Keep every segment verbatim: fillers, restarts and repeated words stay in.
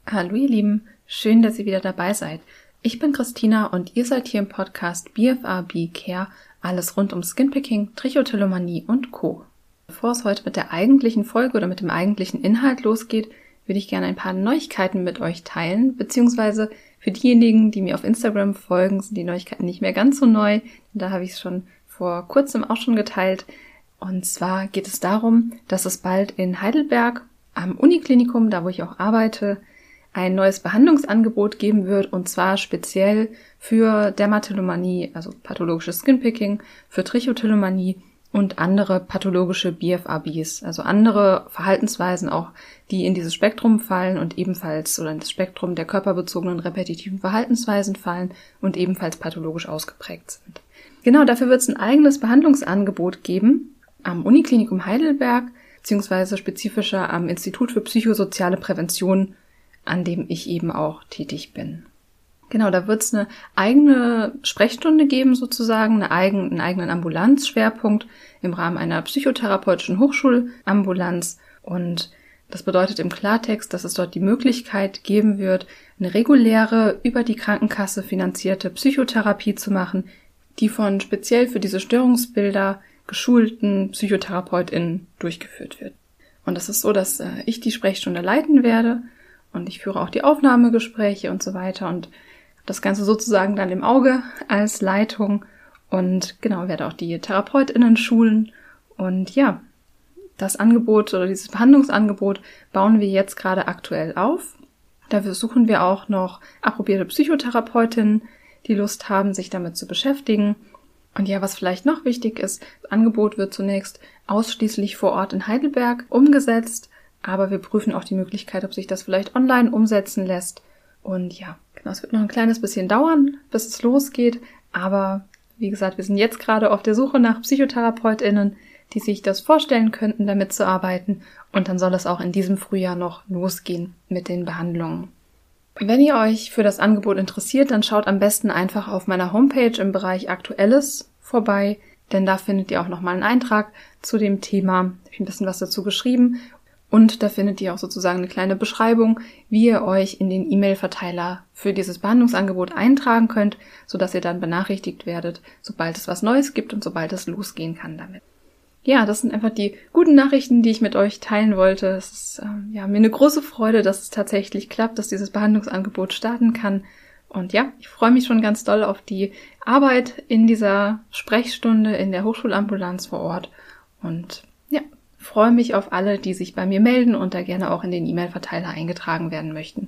Hallo ihr Lieben, schön, dass ihr wieder dabei seid. Ich bin Christina und ihr seid hier im Podcast B F A B Care, alles rund um Skinpicking, Trichotillomanie und Co. Bevor es heute mit der eigentlichen Folge oder mit dem eigentlichen Inhalt losgeht, würde ich gerne ein paar Neuigkeiten mit euch teilen, beziehungsweise für diejenigen, die mir auf Instagram folgen, sind die Neuigkeiten nicht mehr ganz so neu, da habe ich es schon vor kurzem auch schon geteilt. Und zwar geht es darum, dass es bald in Heidelberg am Uniklinikum, da wo ich auch arbeite, ein neues Behandlungsangebot geben wird, und zwar speziell für Dermatillomanie, also pathologisches Skinpicking, für Trichotillomanie und andere pathologische B F A Bs, also andere Verhaltensweisen auch, die in dieses Spektrum fallen und ebenfalls oder in das Spektrum der körperbezogenen repetitiven Verhaltensweisen fallen und ebenfalls pathologisch ausgeprägt sind. Genau, dafür wird es ein eigenes Behandlungsangebot geben am Uniklinikum Heidelberg, beziehungsweise spezifischer am Institut für psychosoziale Prävention, an dem ich eben auch tätig bin. Genau, da wird es eine eigene Sprechstunde geben sozusagen, eine eigen, einen eigenen Ambulanzschwerpunkt im Rahmen einer psychotherapeutischen Hochschulambulanz. Und das bedeutet im Klartext, dass es dort die Möglichkeit geben wird, eine reguläre, über die Krankenkasse finanzierte Psychotherapie zu machen, die von speziell für diese Störungsbilder geschulten PsychotherapeutInnen durchgeführt wird. Und es ist so, dass äh, ich die Sprechstunde leiten werde. Und ich führe auch die Aufnahmegespräche und so weiter und das Ganze sozusagen dann im Auge als Leitung und genau, werde auch die TherapeutInnen schulen. Und ja, das Angebot oder dieses Behandlungsangebot bauen wir jetzt gerade aktuell auf. Dafür suchen wir auch noch approbierte Psychotherapeutinnen, die Lust haben, sich damit zu beschäftigen. Und ja, was vielleicht noch wichtig ist, das Angebot wird zunächst ausschließlich vor Ort in Heidelberg umgesetzt. Aber wir prüfen auch die Möglichkeit, ob sich das vielleicht online umsetzen lässt. Und ja, genau, es wird noch ein kleines bisschen dauern, bis es losgeht. Aber wie gesagt, wir sind jetzt gerade auf der Suche nach PsychotherapeutInnen, die sich das vorstellen könnten, damit zu arbeiten. Und dann soll es auch in diesem Frühjahr noch losgehen mit den Behandlungen. Wenn ihr euch für das Angebot interessiert, dann schaut am besten einfach auf meiner Homepage im Bereich Aktuelles vorbei. Denn da findet ihr auch nochmal einen Eintrag zu dem Thema. Ich habe ein bisschen was dazu geschrieben. Und da findet ihr auch sozusagen eine kleine Beschreibung, wie ihr euch in den E-Mail-Verteiler für dieses Behandlungsangebot eintragen könnt, sodass ihr dann benachrichtigt werdet, sobald es was Neues gibt und sobald es losgehen kann damit. Ja, das sind einfach die guten Nachrichten, die ich mit euch teilen wollte. Es ist ähm, ja, mir eine große Freude, dass es tatsächlich klappt, dass dieses Behandlungsangebot starten kann. Und ja, ich freue mich schon ganz doll auf die Arbeit in dieser Sprechstunde in der Hochschulambulanz vor Ort. Und ja, freue mich auf alle, die sich bei mir melden und da gerne auch in den E-Mail-Verteiler eingetragen werden möchten.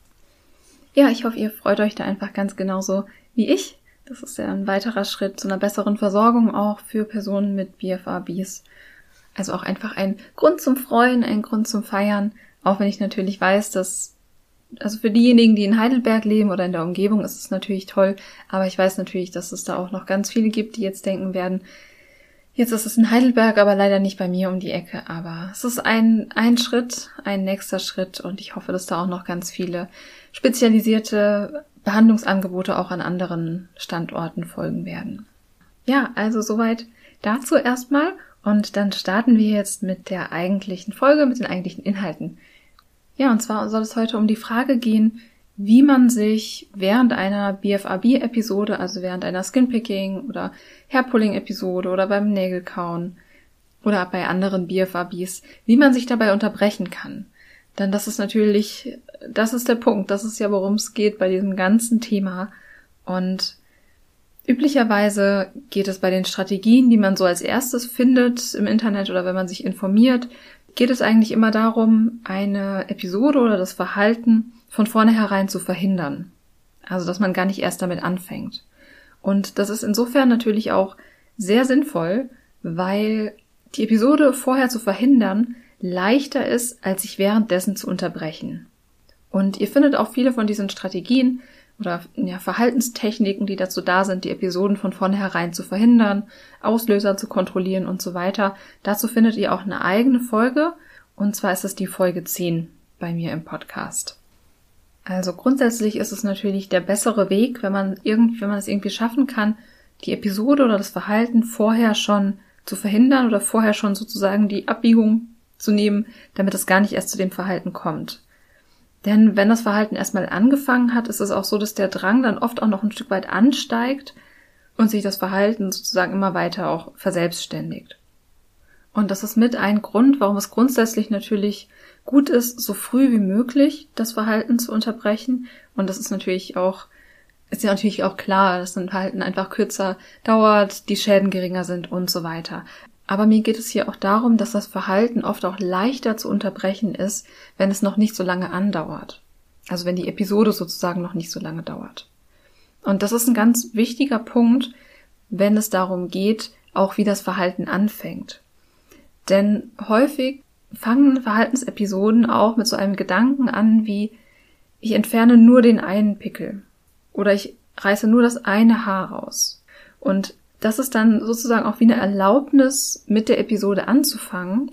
Ja, ich hoffe, ihr freut euch da einfach ganz genauso wie ich. Das ist ja ein weiterer Schritt zu einer besseren Versorgung auch für Personen mit B F A Bs. Also auch einfach ein Grund zum Freuen, ein Grund zum Feiern. Auch wenn ich natürlich weiß, dass, also für diejenigen, die in Heidelberg leben oder in der Umgebung, ist es natürlich toll. Aber ich weiß natürlich, dass es da auch noch ganz viele gibt, die jetzt denken werden, jetzt ist es in Heidelberg, aber leider nicht bei mir um die Ecke. Aber es ist ein, ein Schritt, ein nächster Schritt und ich hoffe, dass da auch noch ganz viele spezialisierte Behandlungsangebote auch an anderen Standorten folgen werden. Ja, also soweit dazu erstmal und dann starten wir jetzt mit der eigentlichen Folge, mit den eigentlichen Inhalten. Ja, und zwar soll es heute um die Frage gehen, wie man sich während einer B F A B-Episode, also während einer Skinpicking- oder Hairpulling-Episode oder beim Nägelkauen oder bei anderen B F A Bs, wie man sich dabei unterbrechen kann. Denn das ist natürlich, das ist der Punkt, das ist ja, worum es geht bei diesem ganzen Thema. Und üblicherweise geht es bei den Strategien, die man so als erstes findet im Internet oder wenn man sich informiert, geht es eigentlich immer darum, eine Episode oder das Verhalten von vornherein zu verhindern. Also, dass man gar nicht erst damit anfängt. Und das ist insofern natürlich auch sehr sinnvoll, weil die Episode vorher zu verhindern leichter ist, als sich währenddessen zu unterbrechen. Und ihr findet auch viele von diesen Strategien oder ja, Verhaltenstechniken, die dazu da sind, die Episoden von vornherein zu verhindern, Auslöser zu kontrollieren und so weiter. Dazu findet ihr auch eine eigene Folge, und zwar ist es die Folge zehn bei mir im Podcast. Also grundsätzlich ist es natürlich der bessere Weg, wenn man irgendwie, wenn man es irgendwie schaffen kann, die Episode oder das Verhalten vorher schon zu verhindern oder vorher schon sozusagen die Abbiegung zu nehmen, damit es gar nicht erst zu dem Verhalten kommt. Denn wenn das Verhalten erstmal angefangen hat, ist es auch so, dass der Drang dann oft auch noch ein Stück weit ansteigt und sich das Verhalten sozusagen immer weiter auch verselbstständigt. Und das ist mit ein Grund, warum es grundsätzlich natürlich gut ist, so früh wie möglich das Verhalten zu unterbrechen. Und das ist natürlich auch, ist ja natürlich auch klar, dass ein Verhalten einfach kürzer dauert, die Schäden geringer sind und so weiter. Aber mir geht es hier auch darum, dass das Verhalten oft auch leichter zu unterbrechen ist, wenn es noch nicht so lange andauert. Also wenn die Episode sozusagen noch nicht so lange dauert. Und das ist ein ganz wichtiger Punkt, wenn es darum geht, auch wie das Verhalten anfängt. Denn häufig fangen Verhaltensepisoden auch mit so einem Gedanken an wie, ich entferne nur den einen Pickel oder ich reiße nur das eine Haar raus. Und das ist dann sozusagen auch wie eine Erlaubnis, mit der Episode anzufangen,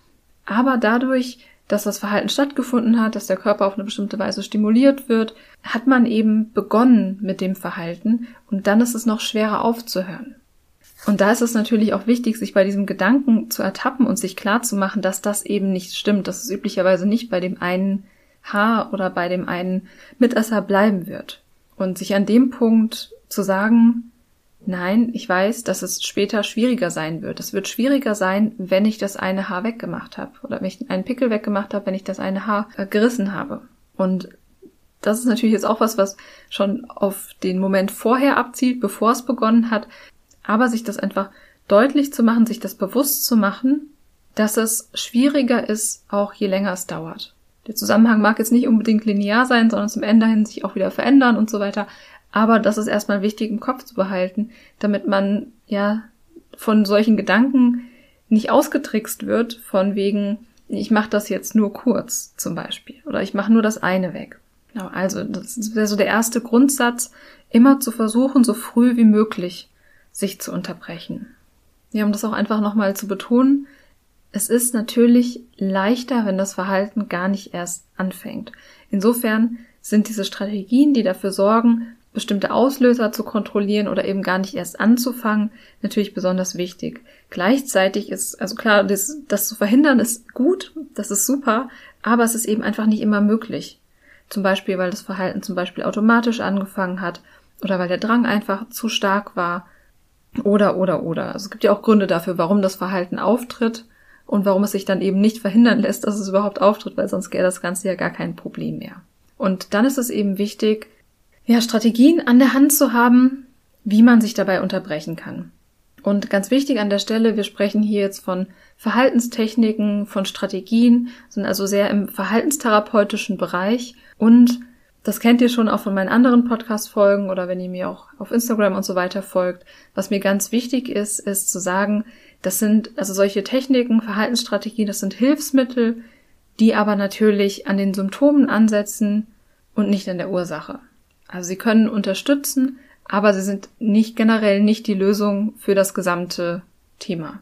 aber dadurch, dass das Verhalten stattgefunden hat, dass der Körper auf eine bestimmte Weise stimuliert wird, hat man eben begonnen mit dem Verhalten und dann ist es noch schwerer aufzuhören. Und da ist es natürlich auch wichtig, sich bei diesem Gedanken zu ertappen und sich klarzumachen, dass das eben nicht stimmt, dass es üblicherweise nicht bei dem einen Haar oder bei dem einen Mitesser bleiben wird. Und sich an dem Punkt zu sagen, nein, ich weiß, dass es später schwieriger sein wird. Es wird schwieriger sein, wenn ich das eine Haar weggemacht habe oder wenn ich einen Pickel weggemacht habe, wenn ich das eine Haar äh, gerissen habe. Und das ist natürlich jetzt auch was, was schon auf den Moment vorher abzielt, bevor es begonnen hat. Aber sich das einfach deutlich zu machen, sich das bewusst zu machen, dass es schwieriger ist, auch je länger es dauert. Der Zusammenhang mag jetzt nicht unbedingt linear sein, sondern zum Ende hin sich auch wieder verändern und so weiter. Aber das ist erstmal wichtig im Kopf zu behalten, damit man ja von solchen Gedanken nicht ausgetrickst wird, von wegen, ich mache das jetzt nur kurz zum Beispiel oder ich mache nur das eine weg. Genau, also das wäre so der erste Grundsatz, immer zu versuchen, so früh wie möglich sich zu unterbrechen. Ja, um das auch einfach nochmal zu betonen, es ist natürlich leichter, wenn das Verhalten gar nicht erst anfängt. Insofern sind diese Strategien, die dafür sorgen, bestimmte Auslöser zu kontrollieren oder eben gar nicht erst anzufangen, natürlich besonders wichtig. Gleichzeitig ist, also klar, das, das zu verhindern ist gut, das ist super, aber es ist eben einfach nicht immer möglich. Zum Beispiel, weil das Verhalten zum Beispiel automatisch angefangen hat oder weil der Drang einfach zu stark war oder, oder, oder. Also es gibt ja auch Gründe dafür, warum das Verhalten auftritt und warum es sich dann eben nicht verhindern lässt, dass es überhaupt auftritt, weil sonst wäre das Ganze ja gar kein Problem mehr. Und dann ist es eben wichtig, ja, Strategien an der Hand zu haben, wie man sich dabei unterbrechen kann. Und ganz wichtig an der Stelle, wir sprechen hier jetzt von Verhaltenstechniken, von Strategien, sind also sehr im verhaltenstherapeutischen Bereich und das kennt ihr schon auch von meinen anderen Podcast-Folgen oder wenn ihr mir auch auf Instagram und so weiter folgt. Was mir ganz wichtig ist, ist zu sagen, das sind also solche Techniken, Verhaltensstrategien, das sind Hilfsmittel, die aber natürlich an den Symptomen ansetzen und nicht an der Ursache. Also sie können unterstützen, aber sie sind nicht generell nicht die Lösung für das gesamte Thema.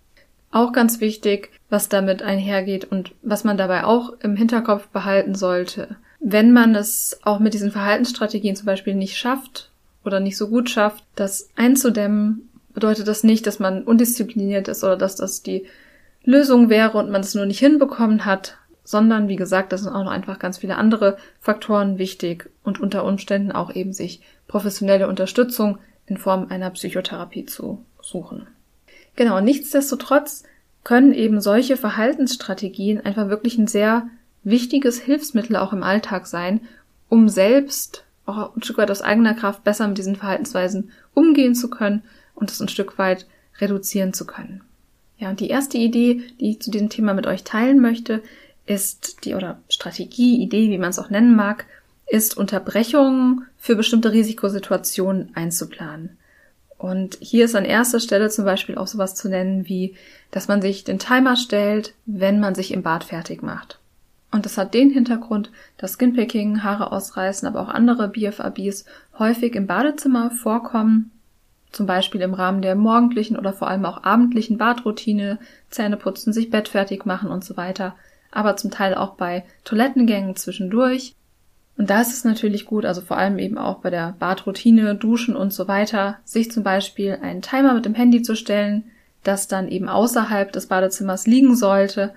Auch ganz wichtig, was damit einhergeht und was man dabei auch im Hinterkopf behalten sollte. Wenn man es auch mit diesen Verhaltensstrategien zum Beispiel nicht schafft oder nicht so gut schafft, das einzudämmen, bedeutet das nicht, dass man undiszipliniert ist oder dass das die Lösung wäre und man es nur nicht hinbekommen hat, sondern wie gesagt, da sind auch noch einfach ganz viele andere Faktoren wichtig und unter Umständen auch eben sich professionelle Unterstützung in Form einer Psychotherapie zu suchen. Genau, nichtsdestotrotz können eben solche Verhaltensstrategien einfach wirklich ein sehr wichtiges Hilfsmittel auch im Alltag sein, um selbst auch ein Stück weit aus eigener Kraft besser mit diesen Verhaltensweisen umgehen zu können und es ein Stück weit reduzieren zu können. Ja, und die erste Idee, die ich zu diesem Thema mit euch teilen möchte, ist die, oder Strategie, Idee, wie man es auch nennen mag, ist Unterbrechungen für bestimmte Risikosituationen einzuplanen. Und hier ist an erster Stelle zum Beispiel auch sowas zu nennen wie, dass man sich den Timer stellt, wenn man sich im Bad fertig macht. Und das hat den Hintergrund, dass Skinpicking, Haare ausreißen, aber auch andere B F A Bs häufig im Badezimmer vorkommen, zum Beispiel im Rahmen der morgendlichen oder vor allem auch abendlichen Badroutine, Zähne putzen, sich bettfertig machen und so weiter, aber zum Teil auch bei Toilettengängen zwischendurch. Und da ist es natürlich gut, also vor allem eben auch bei der Badroutine, Duschen und so weiter, sich zum Beispiel einen Timer mit dem Handy zu stellen, das dann eben außerhalb des Badezimmers liegen sollte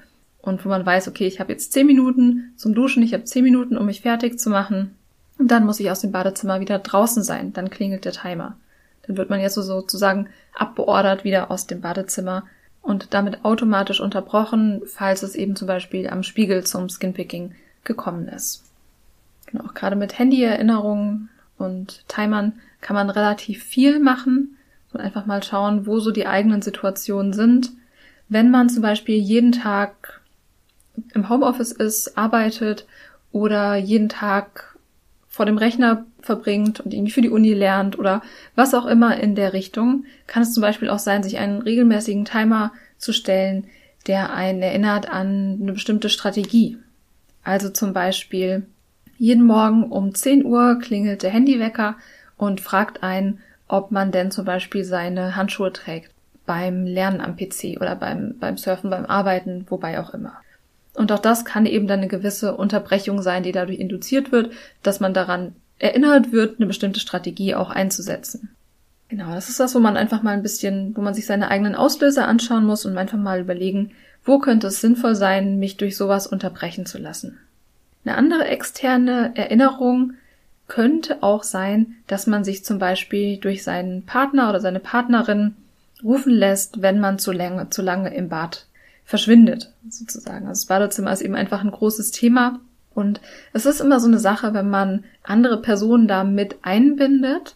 und wo man weiß, okay, ich habe jetzt zehn Minuten zum Duschen, ich habe zehn Minuten, um mich fertig zu machen und dann muss ich aus dem Badezimmer wieder draußen sein, dann klingelt der Timer. Dann wird man jetzt so sozusagen abbeordert wieder aus dem Badezimmer und damit automatisch unterbrochen, falls es eben zum Beispiel am Spiegel zum Skinpicking gekommen ist. Genau, auch gerade mit Handy-Erinnerungen und Timern kann man relativ viel machen und einfach mal schauen, wo so die eigenen Situationen sind. Wenn man zum Beispiel jeden Tag im Homeoffice ist, arbeitet oder jeden Tag vor dem Rechner verbringt und irgendwie für die Uni lernt oder was auch immer in der Richtung, kann es zum Beispiel auch sein, sich einen regelmäßigen Timer zu stellen, der einen erinnert an eine bestimmte Strategie. Also zum Beispiel jeden Morgen um zehn Uhr klingelt der Handywecker und fragt einen, ob man denn zum Beispiel seine Handschuhe trägt beim Lernen am P C oder beim, beim Surfen, beim Arbeiten, wobei auch immer. Und auch das kann eben dann eine gewisse Unterbrechung sein, die dadurch induziert wird, dass man daran erinnert wird, eine bestimmte Strategie auch einzusetzen. Genau, das ist das, wo man einfach mal ein bisschen, wo man sich seine eigenen Auslöser anschauen muss und einfach mal überlegen, wo könnte es sinnvoll sein, mich durch sowas unterbrechen zu lassen. Eine andere externe Erinnerung könnte auch sein, dass man sich zum Beispiel durch seinen Partner oder seine Partnerin rufen lässt, wenn man zu lange, zu lange im Bad verschwindet, sozusagen. Also das Badezimmer ist eben einfach ein großes Thema und es ist immer so eine Sache, wenn man andere Personen da mit einbindet,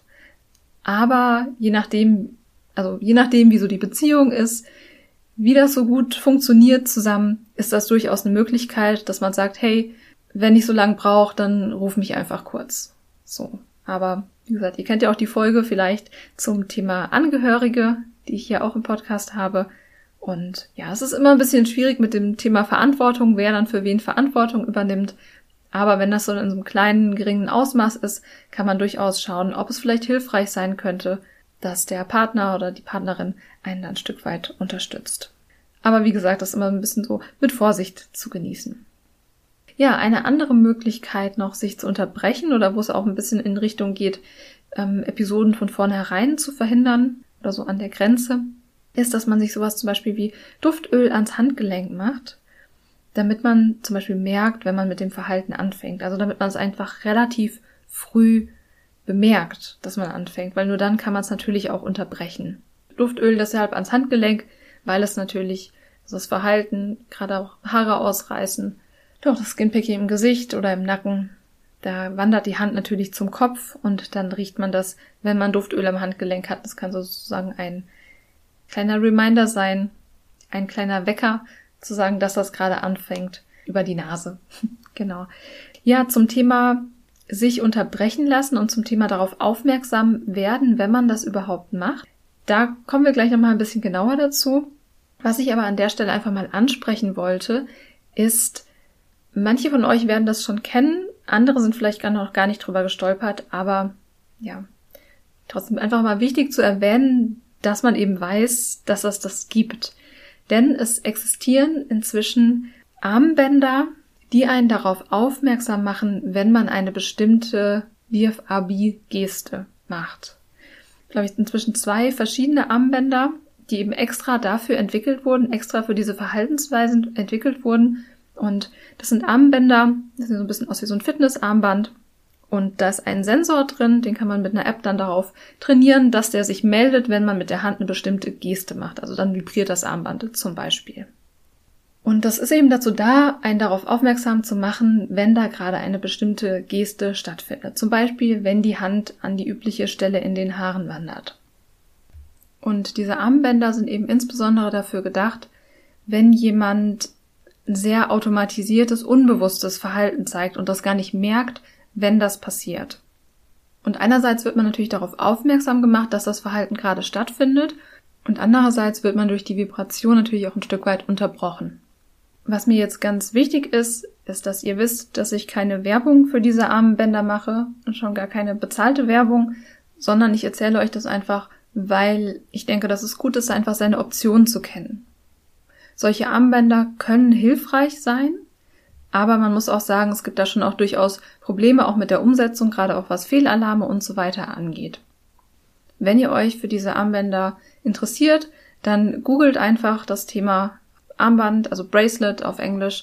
aber je nachdem, also je nachdem, wie so die Beziehung ist, wie das so gut funktioniert zusammen, ist das durchaus eine Möglichkeit, dass man sagt, hey, wenn ich so lange brauche, dann ruf mich einfach kurz. So, aber wie gesagt, ihr kennt ja auch die Folge vielleicht zum Thema Angehörige, die ich hier auch im Podcast habe. Und ja, es ist immer ein bisschen schwierig mit dem Thema Verantwortung, wer dann für wen Verantwortung übernimmt. Aber wenn das so in so einem kleinen, geringen Ausmaß ist, kann man durchaus schauen, ob es vielleicht hilfreich sein könnte, dass der Partner oder die Partnerin einen dann ein Stück weit unterstützt. Aber wie gesagt, das ist immer ein bisschen so mit Vorsicht zu genießen. Ja, eine andere Möglichkeit noch, sich zu unterbrechen oder wo es auch ein bisschen in Richtung geht, ähm, Episoden von vornherein zu verhindern oder so an der Grenze, ist, dass man sich sowas zum Beispiel wie Duftöl ans Handgelenk macht, damit man zum Beispiel merkt, wenn man mit dem Verhalten anfängt. Also damit man es einfach relativ früh bemerkt, dass man anfängt, weil nur dann kann man es natürlich auch unterbrechen. Duftöl deshalb ans Handgelenk, weil es natürlich also das Verhalten, gerade auch Haare ausreißen, doch das Skinpicking im Gesicht oder im Nacken, da wandert die Hand natürlich zum Kopf und dann riecht man das, wenn man Duftöl am Handgelenk hat. Das kann sozusagen ein kleiner Reminder sein, ein kleiner Wecker, zu sagen, dass das gerade anfängt über die Nase. Genau. Ja, zum Thema sich unterbrechen lassen und zum Thema darauf aufmerksam werden, wenn man das überhaupt macht. Da kommen wir gleich nochmal ein bisschen genauer dazu. Was ich aber an der Stelle einfach mal ansprechen wollte, ist, manche von euch werden das schon kennen, andere sind vielleicht gar noch gar nicht drüber gestolpert, aber ja, trotzdem einfach mal wichtig zu erwähnen, dass man eben weiß, dass es das gibt. Denn es existieren inzwischen Armbänder, die einen darauf aufmerksam machen, wenn man eine bestimmte V F A B-Geste macht. Glaube ich, inzwischen zwei verschiedene Armbänder, die eben extra dafür entwickelt wurden, extra für diese Verhaltensweisen entwickelt wurden. Und das sind Armbänder, das sieht so ein bisschen aus wie so ein Fitnessarmband. Und da ist ein Sensor drin, den kann man mit einer App dann darauf trainieren, dass der sich meldet, wenn man mit der Hand eine bestimmte Geste macht. Also dann vibriert das Armband zum Beispiel. Und das ist eben dazu da, einen darauf aufmerksam zu machen, wenn da gerade eine bestimmte Geste stattfindet. Zum Beispiel, wenn die Hand an die übliche Stelle in den Haaren wandert. Und diese Armbänder sind eben insbesondere dafür gedacht, wenn jemand ein sehr automatisiertes, unbewusstes Verhalten zeigt und das gar nicht merkt, wenn das passiert. Und einerseits wird man natürlich darauf aufmerksam gemacht, dass das Verhalten gerade stattfindet und andererseits wird man durch die Vibration natürlich auch ein Stück weit unterbrochen. Was mir jetzt ganz wichtig ist, ist, dass ihr wisst, dass ich keine Werbung für diese Armbänder mache und schon gar keine bezahlte Werbung, sondern ich erzähle euch das einfach, weil ich denke, dass es gut ist, einfach seine Optionen zu kennen. Solche Armbänder können hilfreich sein, aber man muss auch sagen, es gibt da schon auch durchaus Probleme, auch mit der Umsetzung, gerade auch was Fehlalarme und so weiter angeht. Wenn ihr euch für diese Armbänder interessiert, dann googelt einfach das Thema Armband, also Bracelet auf Englisch,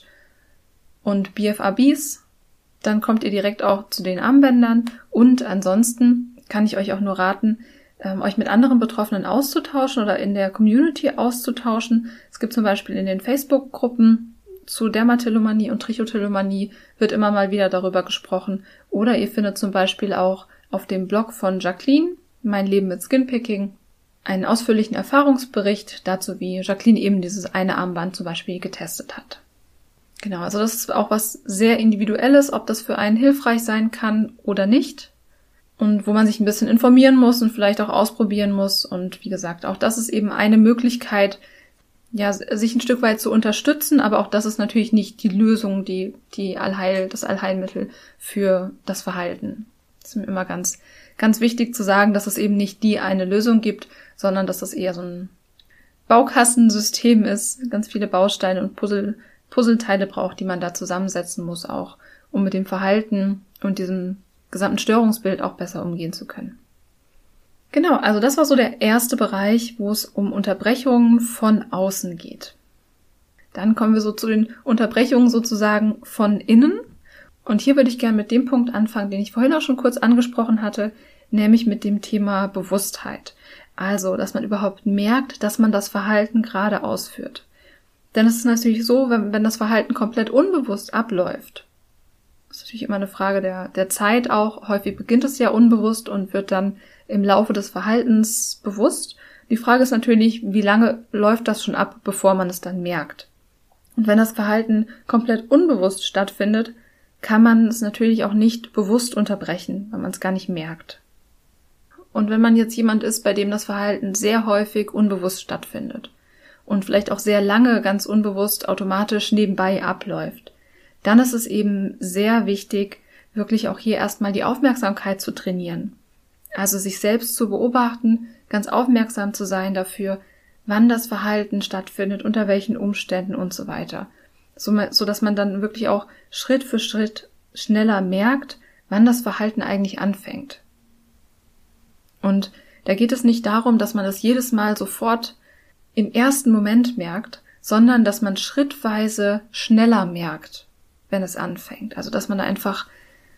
und B F A Bs, dann kommt ihr direkt auch zu den Armbändern. Und ansonsten kann ich euch auch nur raten, ähm, euch mit anderen Betroffenen auszutauschen oder in der Community auszutauschen. Es gibt zum Beispiel in den Facebook-Gruppen zu Dermatillomanie und Trichotillomanie wird immer mal wieder darüber gesprochen. Oder ihr findet zum Beispiel auch auf dem Blog von Jacqueline, Mein Leben mit Skinpicking, einen ausführlichen Erfahrungsbericht dazu, wie Jacqueline eben dieses eine Armband zum Beispiel getestet hat. Genau, also das ist auch was sehr Individuelles, ob das für einen hilfreich sein kann oder nicht. Und wo man sich ein bisschen informieren muss und vielleicht auch ausprobieren muss. Und wie gesagt, auch das ist eben eine Möglichkeit, ja, sich ein Stück weit zu unterstützen, aber auch das ist natürlich nicht die Lösung, die, die Allheil, das Allheilmittel für das Verhalten. Das ist mir immer ganz, ganz wichtig zu sagen, dass es eben nicht die eine Lösung gibt, sondern dass das eher so ein Baukastensystem ist, ganz viele Bausteine und Puzzle, Puzzleteile braucht, die man da zusammensetzen muss auch, um mit dem Verhalten und diesem gesamten Störungsbild auch besser umgehen zu können. Genau, also das war so der erste Bereich, wo es um Unterbrechungen von außen geht. Dann kommen wir so zu den Unterbrechungen sozusagen von innen. Und hier würde ich gerne mit dem Punkt anfangen, den ich vorhin auch schon kurz angesprochen hatte, nämlich mit dem Thema Bewusstheit. Also, dass man überhaupt merkt, dass man das Verhalten gerade ausführt. Denn es ist natürlich so, wenn, wenn das Verhalten komplett unbewusst abläuft, das ist natürlich immer eine Frage der, der Zeit auch. Häufig beginnt es ja unbewusst und wird dann im Laufe des Verhaltens bewusst. Die Frage ist natürlich, wie lange läuft das schon ab, bevor man es dann merkt. Und wenn das Verhalten komplett unbewusst stattfindet, kann man es natürlich auch nicht bewusst unterbrechen, weil man es gar nicht merkt. Und wenn man jetzt jemand ist, bei dem das Verhalten sehr häufig unbewusst stattfindet und vielleicht auch sehr lange ganz unbewusst automatisch nebenbei abläuft, dann ist es eben sehr wichtig, wirklich auch hier erstmal die Aufmerksamkeit zu trainieren. Also sich selbst zu beobachten, ganz aufmerksam zu sein dafür, wann das Verhalten stattfindet, unter welchen Umständen und so weiter. So, so dass man dann wirklich auch Schritt für Schritt schneller merkt, wann das Verhalten eigentlich anfängt. Und da geht es nicht darum, dass man das jedes Mal sofort im ersten Moment merkt, sondern dass man schrittweise schneller merkt, wenn es anfängt. Also dass man da einfach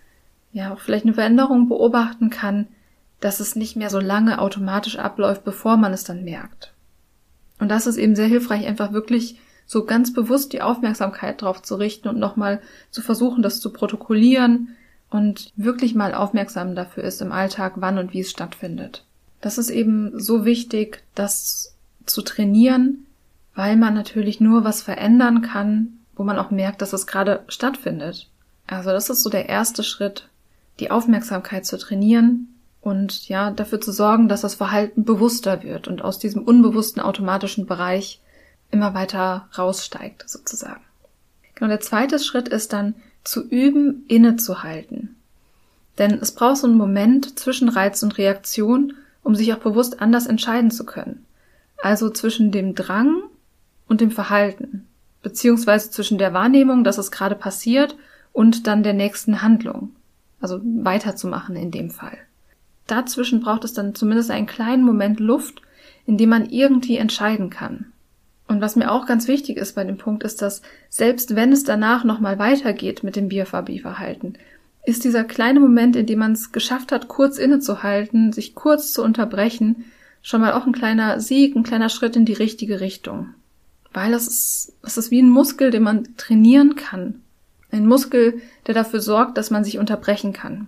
ja auch vielleicht eine Veränderung beobachten kann, dass es nicht mehr so lange automatisch abläuft, bevor man es dann merkt. Und das ist eben sehr hilfreich, einfach wirklich so ganz bewusst die Aufmerksamkeit drauf zu richten und nochmal zu versuchen, das zu protokollieren und wirklich mal aufmerksam dafür ist im Alltag, wann und wie es stattfindet. Das ist eben so wichtig, das zu trainieren, weil man natürlich nur was verändern kann, wo man auch merkt, dass es gerade stattfindet. Also das ist so der erste Schritt, die Aufmerksamkeit zu trainieren und ja, dafür zu sorgen, dass das Verhalten bewusster wird und aus diesem unbewussten automatischen Bereich immer weiter raussteigt, sozusagen. Genau, der zweite Schritt ist dann, zu üben, innezuhalten. Denn es braucht so einen Moment zwischen Reiz und Reaktion, um sich auch bewusst anders entscheiden zu können. Also zwischen dem Drang und dem Verhalten, beziehungsweise zwischen der Wahrnehmung, dass es gerade passiert, und dann der nächsten Handlung, also weiterzumachen in dem Fall. Dazwischen braucht es dann zumindest einen kleinen Moment Luft, in dem man irgendwie entscheiden kann. Und was mir auch ganz wichtig ist bei dem Punkt, ist, dass selbst wenn es danach nochmal weitergeht mit dem B F A B-Verhalten, ist dieser kleine Moment, in dem man es geschafft hat, kurz innezuhalten, sich kurz zu unterbrechen, schon mal auch ein kleiner Sieg, ein kleiner Schritt in die richtige Richtung. Weil es ist, es ist wie ein Muskel, den man trainieren kann. Ein Muskel, der dafür sorgt, dass man sich unterbrechen kann.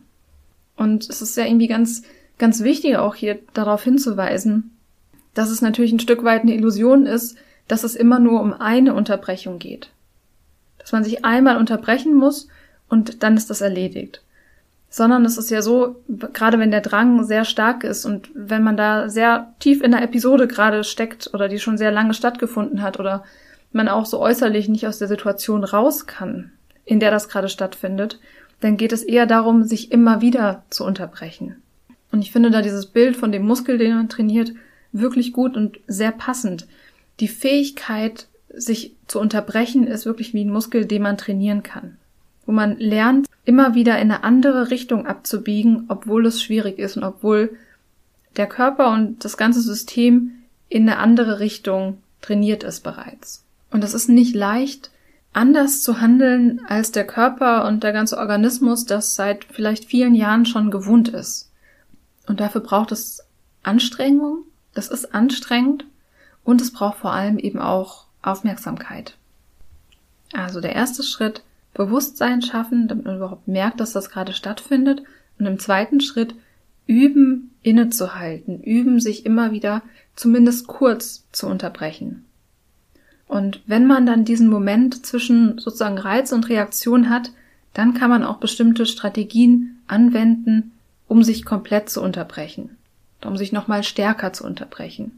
Und es ist ja irgendwie ganz, ganz wichtig auch hier darauf hinzuweisen, dass es natürlich ein Stück weit eine Illusion ist, dass es immer nur um eine Unterbrechung geht. Dass man sich einmal unterbrechen muss und dann ist das erledigt. Sondern es ist ja so, gerade wenn der Drang sehr stark ist und wenn man da sehr tief in der Episode gerade steckt oder die schon sehr lange stattgefunden hat oder man auch so äußerlich nicht aus der Situation raus kann, in der das gerade stattfindet, dann geht es eher darum, sich immer wieder zu unterbrechen. Und ich finde da dieses Bild von dem Muskel, den man trainiert, wirklich gut und sehr passend. Die Fähigkeit, sich zu unterbrechen, ist wirklich wie ein Muskel, den man trainieren kann. Wo man lernt, immer wieder in eine andere Richtung abzubiegen, obwohl es schwierig ist und obwohl der Körper und das ganze System in eine andere Richtung trainiert ist bereits. Und es ist nicht leicht, anders zu handeln, als der Körper und der ganze Organismus das seit vielleicht vielen Jahren schon gewohnt ist. Und dafür braucht es Anstrengung, das ist anstrengend und es braucht vor allem eben auch Aufmerksamkeit. Also der erste Schritt, Bewusstsein schaffen, damit man überhaupt merkt, dass das gerade stattfindet. Und im zweiten Schritt üben, innezuhalten, üben, sich immer wieder zumindest kurz zu unterbrechen. Und wenn man dann diesen Moment zwischen sozusagen Reiz und Reaktion hat, dann kann man auch bestimmte Strategien anwenden, um sich komplett zu unterbrechen, um sich nochmal stärker zu unterbrechen.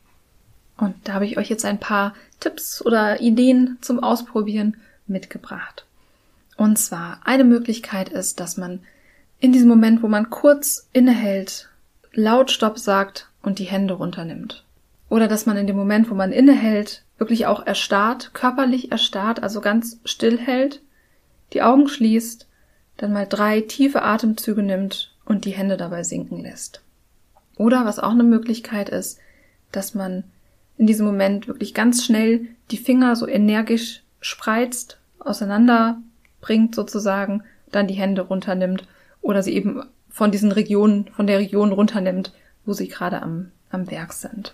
Und da habe ich euch jetzt ein paar Tipps oder Ideen zum Ausprobieren mitgebracht. Und zwar, eine Möglichkeit ist, dass man in diesem Moment, wo man kurz innehält, laut Stopp sagt und die Hände runternimmt. Oder dass man in dem Moment, wo man innehält, wirklich auch erstarrt, körperlich erstarrt, also ganz still hält, die Augen schließt, dann mal drei tiefe Atemzüge nimmt und die Hände dabei sinken lässt. Oder was auch eine Möglichkeit ist, dass man in diesem Moment wirklich ganz schnell die Finger so energisch spreizt, auseinanderbringt sozusagen, dann die Hände runternimmt oder sie eben von diesen Regionen, von der Region runternimmt, wo sie gerade am, am Werk sind.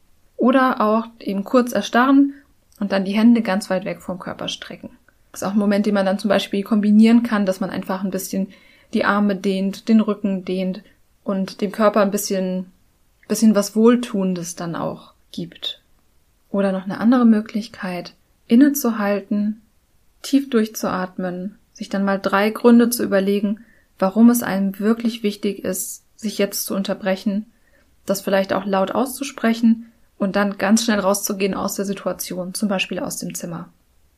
Oder auch eben kurz erstarren und dann die Hände ganz weit weg vom Körper strecken. Das ist auch ein Moment, den man dann zum Beispiel kombinieren kann, dass man einfach ein bisschen die Arme dehnt, den Rücken dehnt und dem Körper ein bisschen, bisschen was Wohltuendes dann auch gibt. Oder noch eine andere Möglichkeit, innezuhalten, tief durchzuatmen, sich dann mal drei Gründe zu überlegen, warum es einem wirklich wichtig ist, sich jetzt zu unterbrechen, das vielleicht auch laut auszusprechen und dann ganz schnell rauszugehen aus der Situation, zum Beispiel aus dem Zimmer.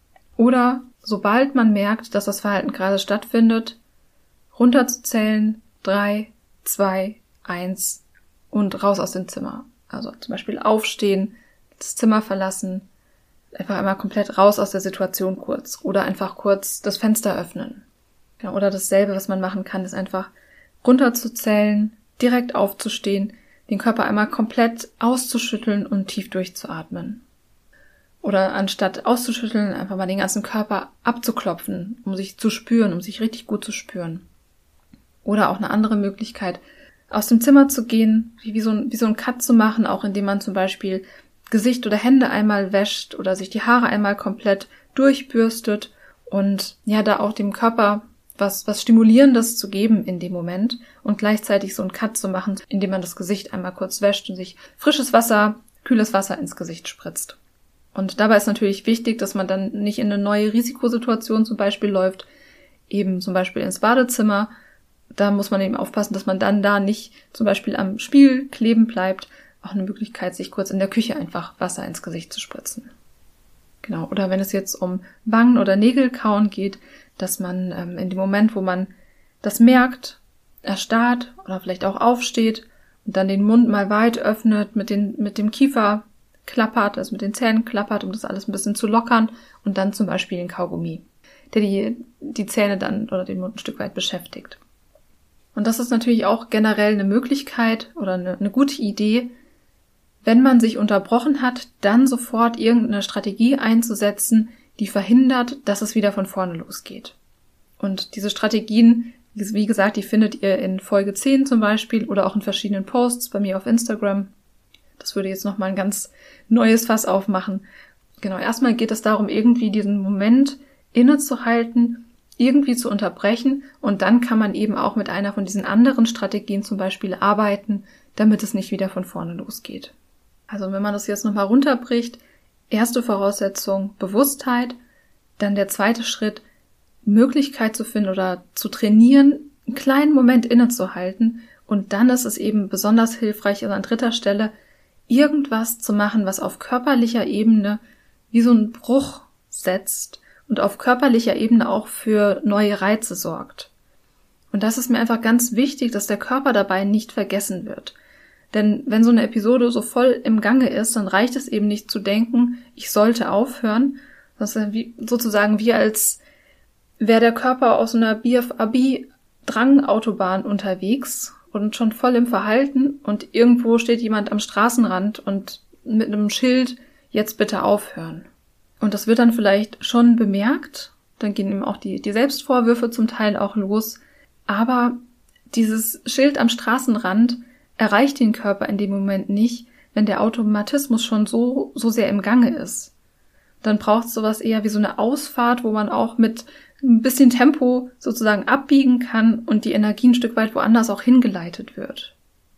Oder sobald man merkt, dass das Verhalten gerade stattfindet, runterzuzählen, drei, zwei, eins und raus aus dem Zimmer. Also zum Beispiel aufstehen, das Zimmer verlassen, einfach einmal komplett raus aus der Situation kurz oder einfach kurz das Fenster öffnen. Ja, oder dasselbe, was man machen kann, ist einfach runterzuzählen, direkt aufzustehen, den Körper einmal komplett auszuschütteln und tief durchzuatmen. Oder anstatt auszuschütteln, einfach mal den ganzen Körper abzuklopfen, um sich zu spüren, um sich richtig gut zu spüren. Oder auch eine andere Möglichkeit, aus dem Zimmer zu gehen, wie so ein, wie so ein Cut zu machen, auch indem man zum Beispiel Gesicht oder Hände einmal wäscht oder sich die Haare einmal komplett durchbürstet und ja, da auch dem Körper was, was Stimulierendes zu geben in dem Moment und gleichzeitig so einen Cut zu machen, indem man das Gesicht einmal kurz wäscht und sich frisches Wasser, kühles Wasser ins Gesicht spritzt. Und dabei ist natürlich wichtig, dass man dann nicht in eine neue Risikosituation zum Beispiel läuft, eben zum Beispiel ins Badezimmer. Da muss man eben aufpassen, dass man dann da nicht zum Beispiel am Spiegel kleben bleibt. Auch eine Möglichkeit, sich kurz in der Küche einfach Wasser ins Gesicht zu spritzen. Genau. Oder wenn es jetzt um Wangen- oder Nägelkauen geht, dass man ähm, in dem Moment, wo man das merkt, erstarrt oder vielleicht auch aufsteht und dann den Mund mal weit öffnet, mit den, mit dem Kiefer klappert, also mit den Zähnen klappert, um das alles ein bisschen zu lockern und dann zum Beispiel den Kaugummi, der die, die Zähne dann oder den Mund ein Stück weit beschäftigt. Und das ist natürlich auch generell eine Möglichkeit oder eine, eine gute Idee, wenn man sich unterbrochen hat, dann sofort irgendeine Strategie einzusetzen, die verhindert, dass es wieder von vorne losgeht. Und diese Strategien, wie gesagt, die findet ihr in Folge zehn zum Beispiel oder auch in verschiedenen Posts bei mir auf Instagram. Das würde jetzt nochmal ein ganz neues Fass aufmachen. Genau, erstmal geht es darum, irgendwie diesen Moment innezuhalten, irgendwie zu unterbrechen und dann kann man eben auch mit einer von diesen anderen Strategien zum Beispiel arbeiten, damit es nicht wieder von vorne losgeht. Also wenn man das jetzt nochmal runterbricht, erste Voraussetzung Bewusstheit, dann der zweite Schritt Möglichkeit zu finden oder zu trainieren, einen kleinen Moment innezuhalten und dann ist es eben besonders hilfreich, also an dritter Stelle irgendwas zu machen, was auf körperlicher Ebene wie so einen Bruch setzt und auf körperlicher Ebene auch für neue Reize sorgt. Und das ist mir einfach ganz wichtig, dass der Körper dabei nicht vergessen wird. Denn wenn so eine Episode so voll im Gange ist, dann reicht es eben nicht zu denken, ich sollte aufhören. Das ist wie, sozusagen wie als wäre der Körper aus einer B F A B-Drangautobahn unterwegs und schon voll im Verhalten und irgendwo steht jemand am Straßenrand und mit einem Schild, jetzt bitte aufhören. Und das wird dann vielleicht schon bemerkt, dann gehen eben auch die, die Selbstvorwürfe zum Teil auch los, aber dieses Schild am Straßenrand erreicht den Körper in dem Moment nicht, wenn der Automatismus schon so, so sehr im Gange ist. Dann braucht es sowas eher wie so eine Ausfahrt, wo man auch mit ein bisschen Tempo sozusagen abbiegen kann und die Energie ein Stück weit woanders auch hingeleitet wird.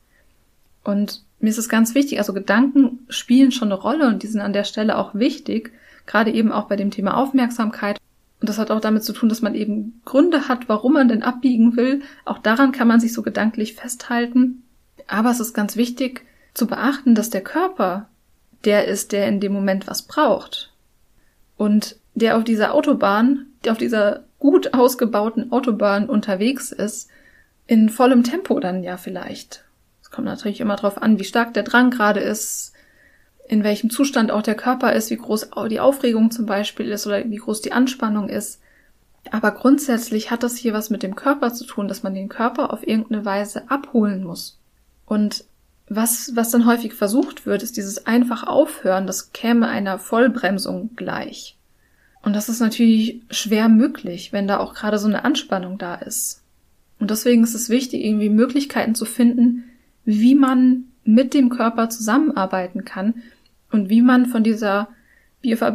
Und mir ist es ganz wichtig, also Gedanken spielen schon eine Rolle und die sind an der Stelle auch wichtig, gerade eben auch bei dem Thema Aufmerksamkeit. Und das hat auch damit zu tun, dass man eben Gründe hat, warum man denn abbiegen will. Auch daran kann man sich so gedanklich festhalten. Aber es ist ganz wichtig zu beachten, dass der Körper der ist, der in dem Moment was braucht. Und der auf dieser Autobahn, der auf dieser gut ausgebauten Autobahn unterwegs ist, in vollem Tempo dann ja vielleicht. Es kommt natürlich immer darauf an, wie stark der Drang gerade ist, in welchem Zustand auch der Körper ist, wie groß die Aufregung zum Beispiel ist oder wie groß die Anspannung ist. Aber grundsätzlich hat das hier was mit dem Körper zu tun, dass man den Körper auf irgendeine Weise abholen muss. Und was, was dann häufig versucht wird, ist dieses einfach Aufhören, das käme einer Vollbremsung gleich. Und das ist natürlich schwer möglich, wenn da auch gerade so eine Anspannung da ist. Und deswegen ist es wichtig, irgendwie Möglichkeiten zu finden, wie man mit dem Körper zusammenarbeiten kann und wie man von dieser B F A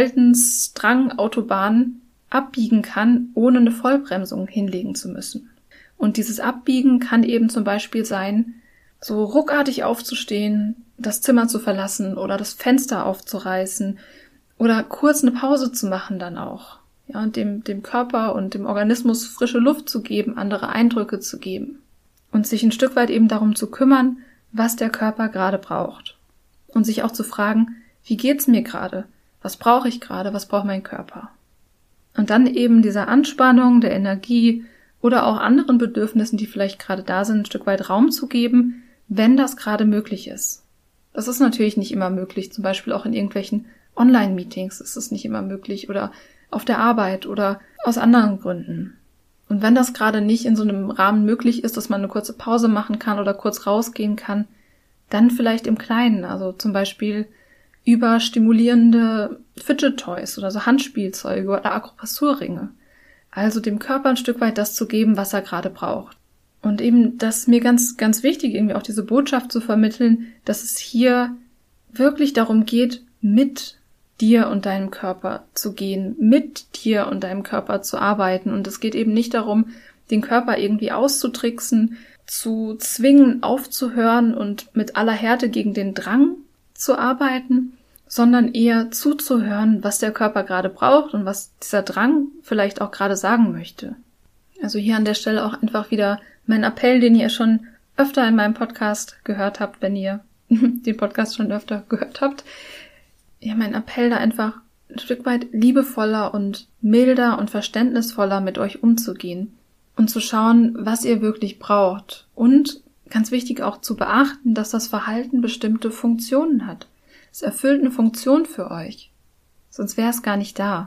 B-Verhaltensdrang-Autobahn abbiegen kann, ohne eine Vollbremsung hinlegen zu müssen. Und dieses Abbiegen kann eben zum Beispiel sein, so ruckartig aufzustehen, das Zimmer zu verlassen oder das Fenster aufzureißen oder kurz eine Pause zu machen dann auch. Ja, und dem, dem Körper und dem Organismus frische Luft zu geben, andere Eindrücke zu geben. Und sich ein Stück weit eben darum zu kümmern, was der Körper gerade braucht. Und sich auch zu fragen, wie geht's mir gerade? Was brauche ich gerade? Was braucht mein Körper? Und dann eben dieser Anspannung, der Energie oder auch anderen Bedürfnissen, die vielleicht gerade da sind, ein Stück weit Raum zu geben, wenn das gerade möglich ist. Das ist natürlich nicht immer möglich, zum Beispiel auch in irgendwelchen Online-Meetings ist es nicht immer möglich oder auf der Arbeit oder aus anderen Gründen. Und wenn das gerade nicht in so einem Rahmen möglich ist, dass man eine kurze Pause machen kann oder kurz rausgehen kann, dann vielleicht im Kleinen, also zum Beispiel über stimulierende Fidget Toys oder so Handspielzeuge oder Akupressurringe. Also dem Körper ein Stück weit das zu geben, was er gerade braucht. Und eben, das ist mir ganz, ganz wichtig, irgendwie auch diese Botschaft zu vermitteln, dass es hier wirklich darum geht, mit dir und deinem Körper zu gehen, mit dir und deinem Körper zu arbeiten. Und es geht eben nicht darum, den Körper irgendwie auszutricksen, zu zwingen, aufzuhören und mit aller Härte gegen den Drang zu arbeiten, sondern eher zuzuhören, was der Körper gerade braucht und was dieser Drang vielleicht auch gerade sagen möchte. Also hier an der Stelle auch einfach wieder mein Appell, den ihr schon öfter in meinem Podcast gehört habt, wenn ihr den Podcast schon öfter gehört habt. Ja, mein Appell da einfach ein Stück weit liebevoller und milder und verständnisvoller mit euch umzugehen und zu schauen, was ihr wirklich braucht. Und ganz wichtig auch zu beachten, dass das Verhalten bestimmte Funktionen hat. Es erfüllt eine Funktion für euch. Sonst wäre es gar nicht da.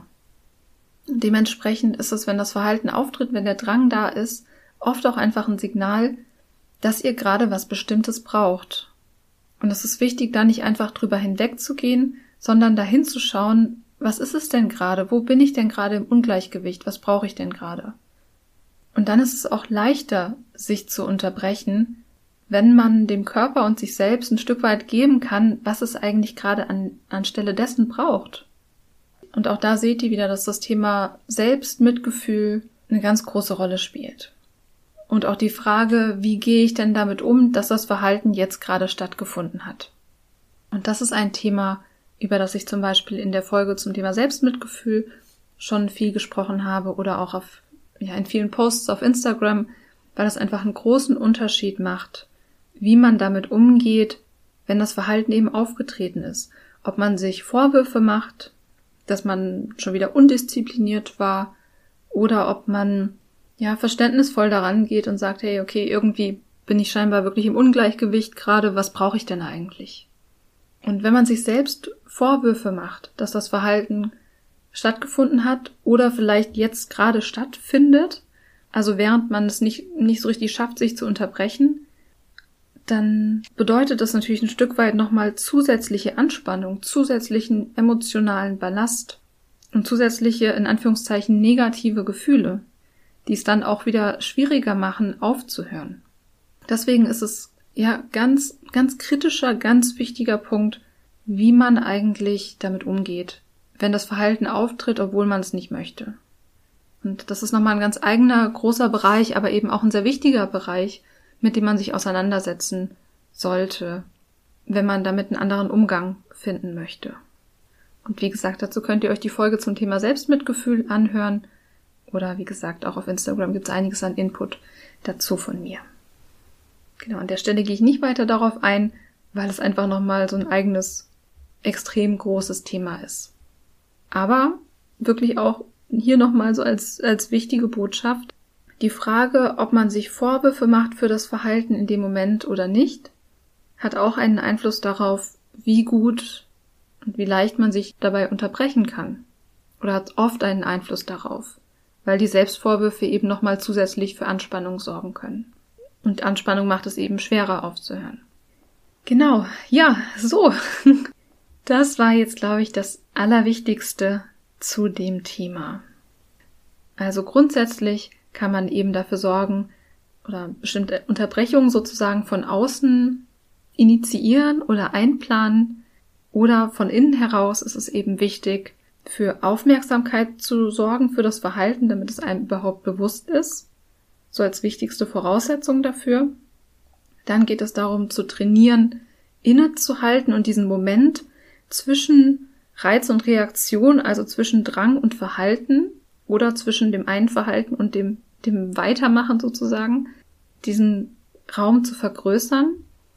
Und dementsprechend ist es, wenn das Verhalten auftritt, wenn der Drang da ist, oft auch einfach ein Signal, dass ihr gerade was Bestimmtes braucht. Und es ist wichtig, da nicht einfach drüber hinwegzugehen, sondern dahin zu schauen, was ist es denn gerade? Wo bin ich denn gerade im Ungleichgewicht? Was brauche ich denn gerade? Und dann ist es auch leichter, sich zu unterbrechen, wenn man dem Körper und sich selbst ein Stück weit geben kann, was es eigentlich gerade an, anstelle dessen braucht. Und auch da seht ihr wieder, dass das Thema Selbstmitgefühl eine ganz große Rolle spielt. Und auch die Frage, wie gehe ich denn damit um, dass das Verhalten jetzt gerade stattgefunden hat? Und das ist ein Thema, über das ich zum Beispiel in der Folge zum Thema Selbstmitgefühl schon viel gesprochen habe oder auch auf, ja, in vielen Posts auf Instagram, weil das einfach einen großen Unterschied macht, wie man damit umgeht, wenn das Verhalten eben aufgetreten ist. Ob man sich Vorwürfe macht, dass man schon wieder undiszipliniert war, oder ob man ja verständnisvoll daran geht und sagt, hey, okay, irgendwie bin ich scheinbar wirklich im Ungleichgewicht gerade, was brauche ich denn eigentlich? Und wenn man sich selbst Vorwürfe macht, dass das Verhalten stattgefunden hat oder vielleicht jetzt gerade stattfindet, also während man es nicht, nicht so richtig schafft, sich zu unterbrechen, dann bedeutet das natürlich ein Stück weit nochmal zusätzliche Anspannung, zusätzlichen emotionalen Ballast und zusätzliche, in Anführungszeichen, negative Gefühle, die es dann auch wieder schwieriger machen, aufzuhören. Deswegen ist es ja ganz, ganz kritischer, ganz wichtiger Punkt, wie man eigentlich damit umgeht, wenn das Verhalten auftritt, obwohl man es nicht möchte. Und das ist nochmal ein ganz eigener, großer Bereich, aber eben auch ein sehr wichtiger Bereich, mit dem man sich auseinandersetzen sollte, wenn man damit einen anderen Umgang finden möchte. Und wie gesagt, dazu könnt ihr euch die Folge zum Thema Selbstmitgefühl anhören. Oder wie gesagt, auch auf Instagram gibt es einiges an Input dazu von mir. Genau, an der Stelle gehe ich nicht weiter darauf ein, weil es einfach nochmal so ein eigenes, extrem großes Thema ist. Aber wirklich auch hier nochmal so als, als wichtige Botschaft, die Frage, ob man sich Vorwürfe macht für das Verhalten in dem Moment oder nicht, hat auch einen Einfluss darauf, wie gut und wie leicht man sich dabei unterbrechen kann. Oder hat oft einen Einfluss darauf, weil die Selbstvorwürfe eben nochmal zusätzlich für Anspannung sorgen können. Und Anspannung macht es eben schwerer aufzuhören. Genau, ja, so. Das war jetzt, glaube ich, das Allerwichtigste zu dem Thema. Also grundsätzlich kann man eben dafür sorgen oder bestimmte Unterbrechungen sozusagen von außen initiieren oder einplanen oder von innen heraus ist es eben wichtig, für Aufmerksamkeit zu sorgen für das Verhalten, damit es einem überhaupt bewusst ist, so als wichtigste Voraussetzung dafür. Dann geht es darum zu trainieren, innezuhalten und diesen Moment zwischen Reiz und Reaktion, also zwischen Drang und Verhalten oder zwischen dem einen Verhalten und dem dem Weitermachen sozusagen, diesen Raum zu vergrößern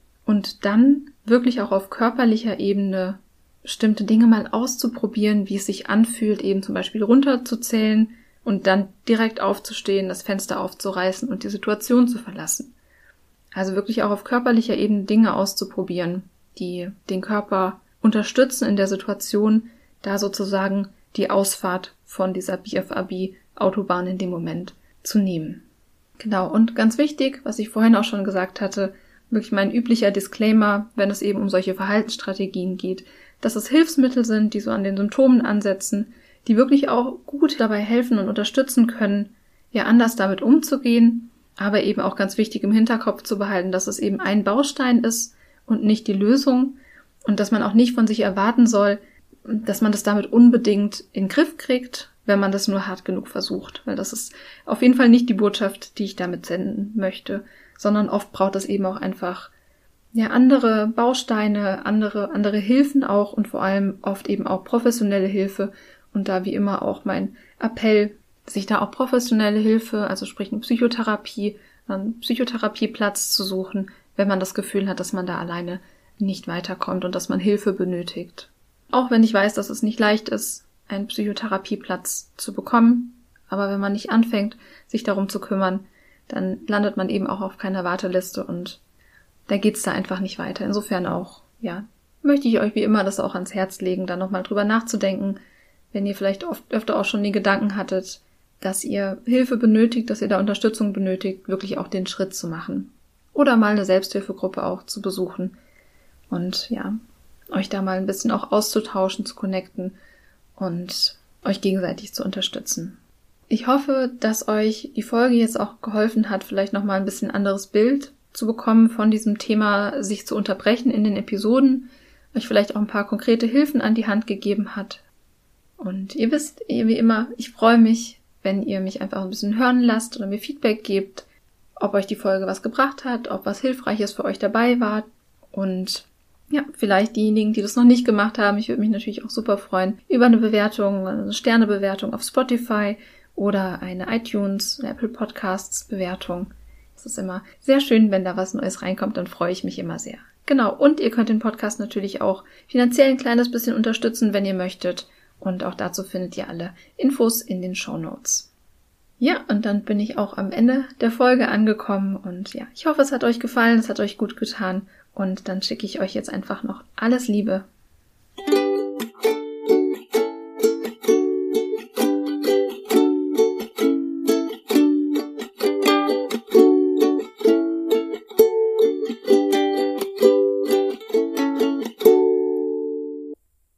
und dann wirklich auch auf körperlicher Ebene bestimmte Dinge mal auszuprobieren, wie es sich anfühlt, eben zum Beispiel runterzuzählen und dann direkt aufzustehen, das Fenster aufzureißen und die Situation zu verlassen. Also wirklich auch auf körperlicher Ebene Dinge auszuprobieren, die den Körper unterstützen in der Situation, da sozusagen die Ausfahrt von dieser B F A B-Autobahn in dem Moment zu nehmen. Genau, und ganz wichtig, was ich vorhin auch schon gesagt hatte, wirklich mein üblicher Disclaimer, wenn es eben um solche Verhaltensstrategien geht, dass es Hilfsmittel sind, die so an den Symptomen ansetzen, die wirklich auch gut dabei helfen und unterstützen können, ja anders damit umzugehen, aber eben auch ganz wichtig im Hinterkopf zu behalten, dass es eben ein Baustein ist und nicht die Lösung und dass man auch nicht von sich erwarten soll, dass man das damit unbedingt in den Griff kriegt, wenn man das nur hart genug versucht. Weil das ist auf jeden Fall nicht die Botschaft, die ich damit senden möchte, sondern oft braucht es eben auch einfach ja andere Bausteine, andere andere Hilfen auch und vor allem oft eben auch professionelle Hilfe. Und da wie immer auch mein Appell, sich da auch professionelle Hilfe, also sprich eine Psychotherapie, einen Psychotherapieplatz zu suchen, wenn man das Gefühl hat, dass man da alleine nicht weiterkommt und dass man Hilfe benötigt. Auch wenn ich weiß, dass es nicht leicht ist, einen Psychotherapieplatz zu bekommen. Aber wenn man nicht anfängt, sich darum zu kümmern, dann landet man eben auch auf keiner Warteliste und da geht's da einfach nicht weiter. Insofern auch, ja, möchte ich euch wie immer das auch ans Herz legen, da nochmal drüber nachzudenken, wenn ihr vielleicht oft öfter auch schon die Gedanken hattet, dass ihr Hilfe benötigt, dass ihr da Unterstützung benötigt, wirklich auch den Schritt zu machen. Oder mal eine Selbsthilfegruppe auch zu besuchen und ja, euch da mal ein bisschen auch auszutauschen, zu connecten und euch gegenseitig zu unterstützen. Ich hoffe, dass euch die Folge jetzt auch geholfen hat, vielleicht nochmal ein bisschen anderes Bild zu bekommen von diesem Thema, sich zu unterbrechen in den Episoden, euch vielleicht auch ein paar konkrete Hilfen an die Hand gegeben hat. Und ihr wisst, wie immer, ich freue mich, wenn ihr mich einfach ein bisschen hören lasst oder mir Feedback gebt, ob euch die Folge was gebracht hat, ob was Hilfreiches für euch dabei war und ja, vielleicht diejenigen, die das noch nicht gemacht haben. Ich würde mich natürlich auch super freuen über eine Bewertung, eine Sternebewertung auf Spotify oder eine iTunes, eine Apple Podcasts Bewertung. Es ist immer sehr schön, wenn da was Neues reinkommt, dann freue ich mich immer sehr. Genau, und ihr könnt den Podcast natürlich auch finanziell ein kleines bisschen unterstützen, wenn ihr möchtet. Und auch dazu findet ihr alle Infos in den Shownotes. Ja, und dann bin ich auch am Ende der Folge angekommen und ja, ich hoffe, es hat euch gefallen, es hat euch gut getan und dann schicke ich euch jetzt einfach noch alles Liebe,